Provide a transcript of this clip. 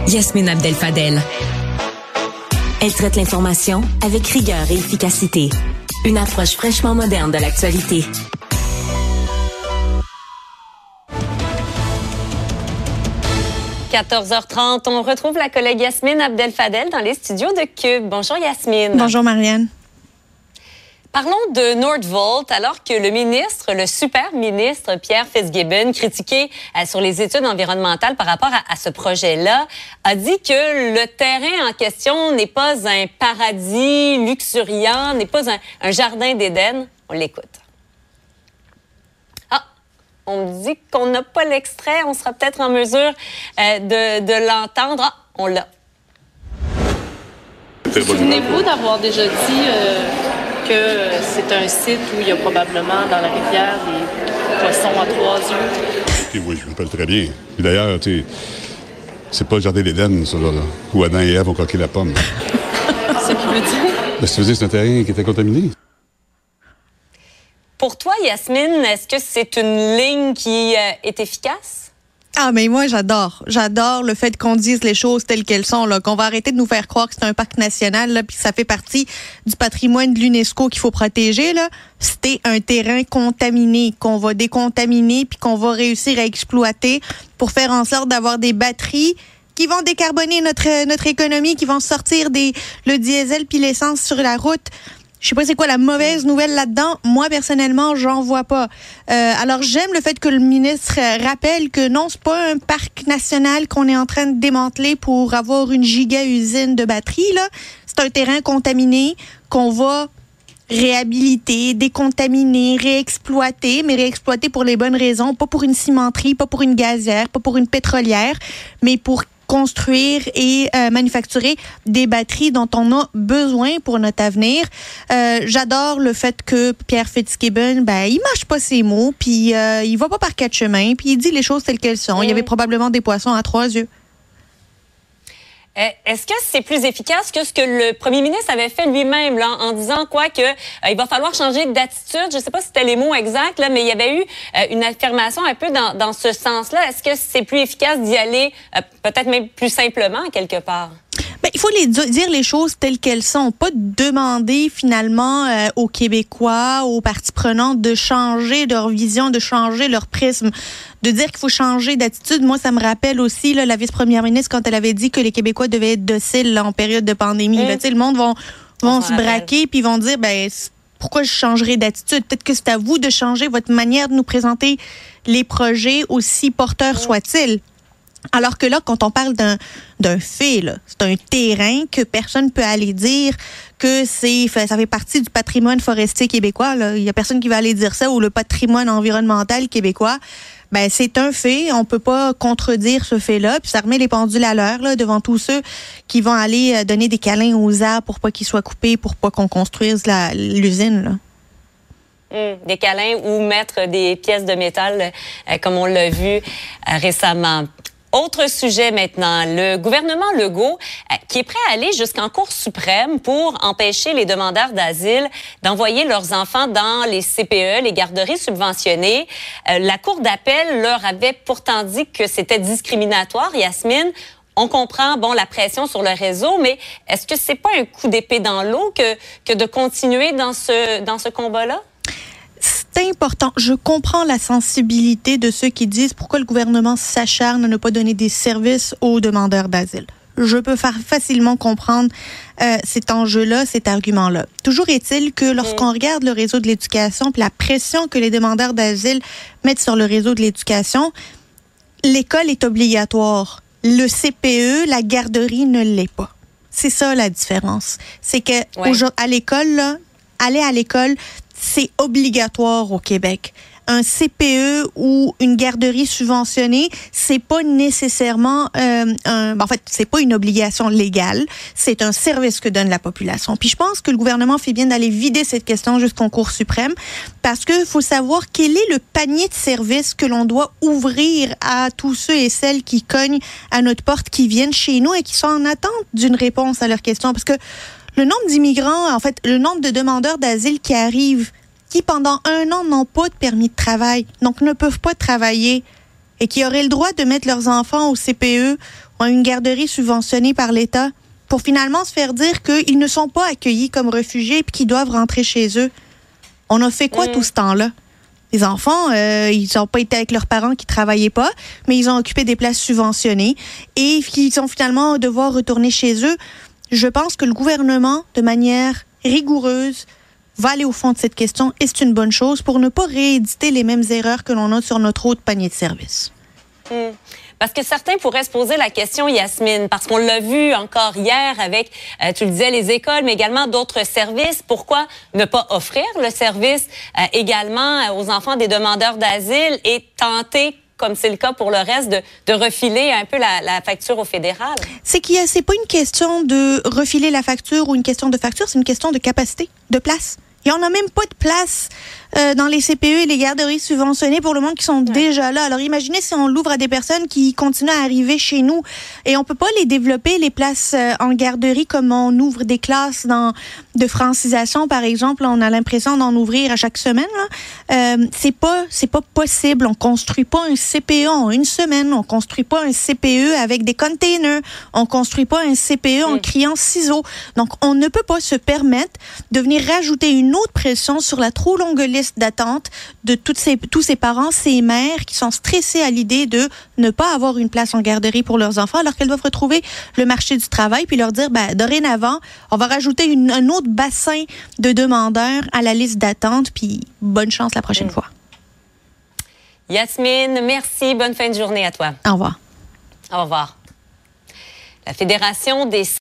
Yasmine Abdel-Fadel. Elle traite l'information avec rigueur et efficacité. Une approche fraîchement moderne de l'actualité. – 14h30, on retrouve la collègue Yasmine Abdel-Fadel dans les studios de Cube. Bonjour Yasmine. Bonjour Marianne. Parlons de Nordvolt, alors que le super ministre Pierre Fitzgibbon, critiqué sur les études environnementales par rapport à ce projet-là, a dit que le terrain en question n'est pas un paradis luxuriant, n'est pas un jardin d'Éden. On l'écoute. On me dit qu'on n'a pas l'extrait. On sera peut-être en mesure de l'entendre. On l'a. Souvenez-vous d'avoir déjà dit que c'est un site où il y a probablement dans la rivière des poissons à 3 yeux? Oui, je me rappelle très bien. Et d'ailleurs, c'est pas le jardin d'Éden, ça, là, où Adam et Ève ont croqué la pomme. C'est ce qu'il veut dire? Ben, ça veut dire que c'est un terrain qui était contaminé. Pour toi, Yasmine, est-ce que c'est une ligne qui est efficace? Ah, mais moi, j'adore. J'adore le fait qu'on dise les choses telles qu'elles sont, là, qu'on va arrêter de nous faire croire que c'est un parc national, là, puis que ça fait partie du patrimoine de l'UNESCO qu'il faut protéger, là. C'était un terrain contaminé, qu'on va décontaminer, puis qu'on va réussir à exploiter pour faire en sorte d'avoir des batteries qui vont décarboner notre économie, qui vont sortir le diesel puis l'essence sur la route. Je sais pas c'est quoi la mauvaise nouvelle là-dedans. Moi, personnellement, j'en vois pas. Alors, j'aime le fait que le ministre rappelle que non, c'est pas un parc national qu'on est en train de démanteler pour avoir une giga-usine de batteries, là. C'est un terrain contaminé qu'on va réhabiliter, décontaminer, réexploiter, mais réexploiter pour les bonnes raisons. Pas pour une cimenterie, pas pour une gazière, pas pour une pétrolière, mais pour construire et manufacturer des batteries dont on a besoin pour notre avenir. J'adore le fait que Pierre Fitzgibbon, il mâche pas ses mots, puis il va pas par 4 chemins, puis il dit les choses telles qu'elles sont. Il y avait probablement des poissons à 3 yeux. Est-ce que c'est plus efficace que ce que le premier ministre avait fait lui-même là, en disant quoi que il va falloir changer d'attitude? Je ne sais pas si c'était les mots exacts, là, mais il y avait eu une affirmation un peu dans ce sens-là. Est-ce que c'est plus efficace d'y aller peut-être même plus simplement quelque part? Il faut dire les choses telles qu'elles sont, pas demander finalement aux Québécois, aux parties prenantes de changer leur vision, de changer leur prisme, de dire qu'il faut changer d'attitude. Moi, ça me rappelle aussi là, la vice-première ministre quand elle avait dit que les Québécois devaient être dociles là, en période de pandémie. Là, le monde vont se braquer puis vont dire pourquoi je changerais d'attitude? Peut-être que c'est à vous de changer votre manière de nous présenter les projets, aussi porteurs soient-ils. Alors que là, quand on parle d'un fait, là, c'est un terrain que personne peut aller dire que ça fait partie du patrimoine forestier québécois. Là. Il y a personne qui va aller dire ça, ou le patrimoine environnemental québécois. C'est un fait. On peut pas contredire ce fait-là. Puis ça remet les pendules à l'heure là, devant tous ceux qui vont aller donner des câlins aux arbres pour pas qu'ils soient coupés, pour pas qu'on construise l'usine, là. Des câlins ou mettre des pièces de métal, comme on l'a vu récemment. Autre sujet maintenant, le gouvernement Legault qui est prêt à aller jusqu'en Cour suprême pour empêcher les demandeurs d'asile d'envoyer leurs enfants dans les CPE, les garderies subventionnées. La Cour d'appel leur avait pourtant dit que c'était discriminatoire, Yasmine. On comprend, la pression sur le réseau, mais est-ce que c'est pas un coup d'épée dans l'eau que de continuer dans ce combat-là? C'est important. Je comprends la sensibilité de ceux qui disent pourquoi le gouvernement s'acharne à ne pas donner des services aux demandeurs d'asile. Je peux facilement comprendre cet enjeu-là, cet argument-là. Toujours est-il que lorsqu'on regarde le réseau de l'éducation puis la pression que les demandeurs d'asile mettent sur le réseau de l'éducation, l'école est obligatoire. Le CPE, la garderie ne l'est pas. C'est ça la différence. C'est que à l'école, là, aller à l'école, c'est obligatoire au Québec. Un CPE ou une garderie subventionnée, c'est pas nécessairement c'est pas une obligation légale, c'est un service que donne la population. Puis je pense que le gouvernement fait bien d'aller vider cette question jusqu'en Cour suprême parce que faut savoir quel est le panier de services que l'on doit ouvrir à tous ceux et celles qui cognent à notre porte, qui viennent chez nous et qui sont en attente d'une réponse à leurs questions, parce que le nombre d'immigrants, le nombre de demandeurs d'asile qui arrivent, qui pendant 1 an n'ont pas de permis de travail, donc ne peuvent pas travailler, et qui auraient le droit de mettre leurs enfants au CPE ou à une garderie subventionnée par l'État pour finalement se faire dire qu'ils ne sont pas accueillis comme réfugiés et qu'ils doivent rentrer chez eux. On a fait quoi tout ce temps-là? Les enfants, ils n'ont pas été avec leurs parents qui travaillaient pas, mais ils ont occupé des places subventionnées et ils ont finalement devoir retourner chez eux. Je pense que le gouvernement, de manière rigoureuse, va aller au fond de cette question et c'est une bonne chose pour ne pas rééditer les mêmes erreurs que l'on a sur notre autre panier de services. Parce que certains pourraient se poser la question, Yasmine, parce qu'on l'a vu encore hier avec, tu le disais, les écoles, mais également d'autres services. Pourquoi ne pas offrir le service également aux enfants des demandeurs d'asile et tenter, comme c'est le cas pour le reste, de refiler un peu la facture au fédéral? C'est pas une question de refiler la facture ou une question de facture, c'est une question de capacité, de place. Il n'y en a même pas de place dans les CPE et les garderies subventionnées pour le monde qui sont déjà là. Alors imaginez si on l'ouvre à des personnes qui continuent à arriver chez nous et on peut pas les développer, les places en garderie, comme on ouvre des classes de francisation, par exemple. On a l'impression d'en ouvrir à chaque semaine. C'est pas possible. On construit pas un CPE en une semaine. On construit pas un CPE avec des containers. On construit pas un CPE en criant ciseaux. Donc, on ne peut pas se permettre de venir rajouter une autre pression sur la trop longue liste d'attente de tous ces parents, ces mères qui sont stressés à l'idée de ne pas avoir une place en garderie pour leurs enfants alors qu'elles doivent retrouver le marché du travail puis leur dire, dorénavant, on va rajouter un autre bassin de demandeurs à la liste d'attente puis bonne chance la prochaine fois. Yasmine, merci. Bonne fin de journée à toi. Au revoir. Au revoir. La Fédération des